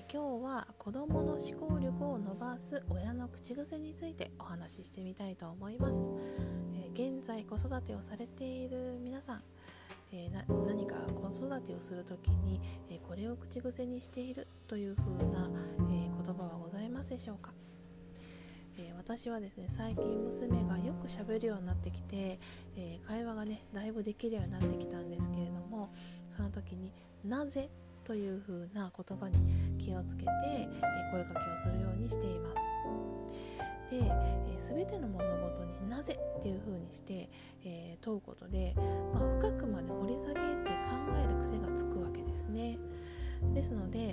今日は子どもの思考力を伸ばす親の口癖についてお話ししてみたいと思います。現在子育てをされている皆さん、何か子育てをするときに、これを口癖にしているというふうな、言葉はございますでしょうか。私はですね、最近娘がよく喋るようになってきて、会話がねだいぶできるようになってきたんですけれども、その時になぜというふうな言葉に気をつけて、声かけをするようにしています。で、全ての物事になぜっていうふうにして、問うことで、深くまで掘り下げて考える癖がつくわけですね。ですので、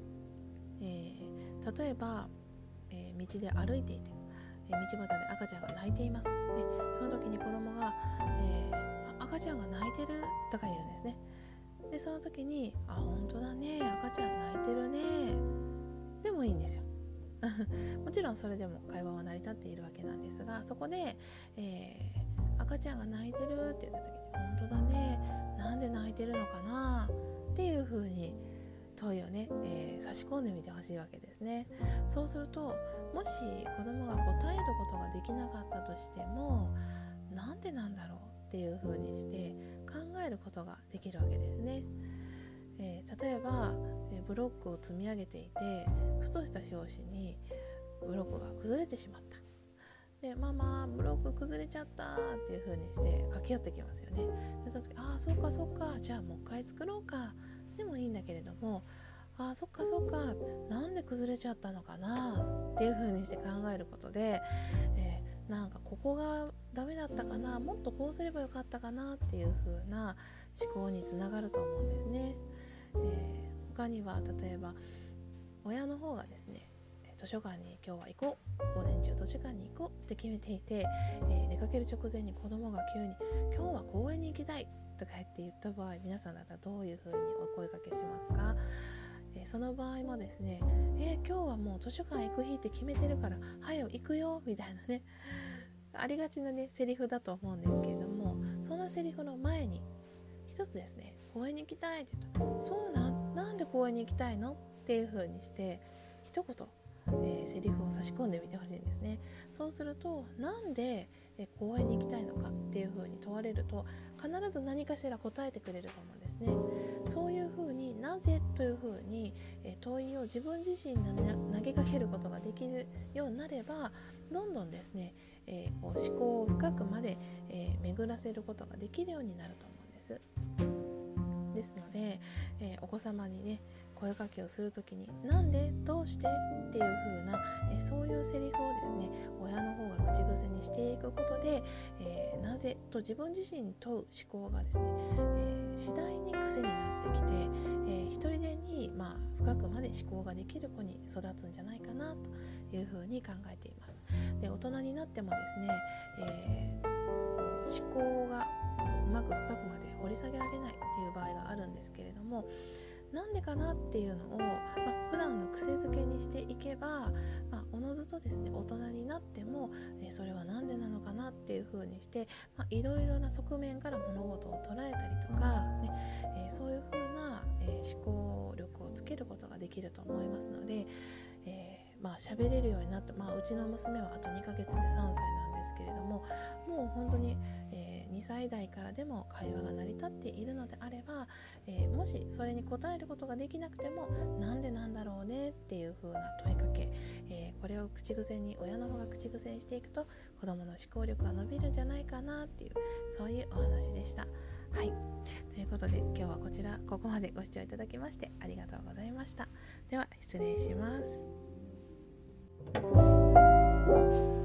例えば、道で歩いていて、道端で赤ちゃんが泣いています、その時に子供が、赤ちゃんが泣いてるとか言うんですね。でその時に本当だね、赤ちゃん泣いてるねでもいいんですよもちろんそれでも会話は成り立っているわけなんですが、そこで、赤ちゃんが泣いてるって言った時に本当だね、なんで泣いてるのかなっていう風に問いをね、差し込んでみてほしいわけですね。そうすると、もし子供が答えることができなかったとしても、なんでなんだろうっていう風にして考えることができるわけですね。例えば、ブロックを積み上げていて、ふとした拍子にブロックが崩れてしまった。で、ママブロック崩れちゃったっていう風にして駆け寄ってきますよね。でその時、そうか、じゃあもう一回作ろうかでもいいんだけれども、そっか、なんで崩れちゃったのかなっていう風にして考えることで、なんかここがダメだったかな、もっとこうすればよかったかなっていう風な思考につながると思うんですね。他には例えば親の方がですね、図書館に今日は行こう、午前中図書館に行こうって決めていて、出かける直前に子供が急に今日は公園に行きたいとか言った場合、皆さんだったらどういう風にお声掛けしますか？その場合もですね、今日はもう図書館行く日って決めてるから早く行くよみたいなね、ありがちなねセリフだと思うんですけれども、そのセリフの前に一つですね、公園に行きたいって言ったら、なんで公園に行きたいのっていう風にして一言、セリフを差し込んでみてほしいんですね。そうすると、なんで公園に行きたいのかっていう風に問われると、必ず何かしら答えてくれると思うんですね。そういう風になぜという風に、問いを自分自身に投げかけることができるようになれば、どんどんですね、思考を深くまで、巡らせることができるようになると思うんです。ですので、お子様にね声かけをするときに、なんで、どうしてっていう風な、そういうセリフをですね、親の方が口癖にしていくことで、なぜと自分自身に問う思考がですね、次第に癖になってきて、一人でに、深くまで思考ができる子に育つんじゃないかなという風に考えています。で、大人になってもですね、思考がうまく深くまで掘り下げられないっていう場合があるんですけれども、なんでかなっていうのを、普段の癖づけにしていけば、おのずとですね、大人になっても、それはなんでなのかなっていう風にして、いろいろな側面から物事を捉えたりとか、そういう風な、思考力をつけることができると思いますので、喋れるようになって、うちの娘はあと2ヶ月で3歳なんですけれども、もう本当に、2歳代からでも会話が成り立っているのであれば、もしそれに答えることができなくても、なんでなんだろうねっていう風な問いかけ、これを口癖に、親の方が口癖にしていくと、子どもの思考力が伸びるんじゃないかなっていう、そういうお話でした。はい、ということで今日はここまでご視聴いただきましてありがとうございました。では失礼します。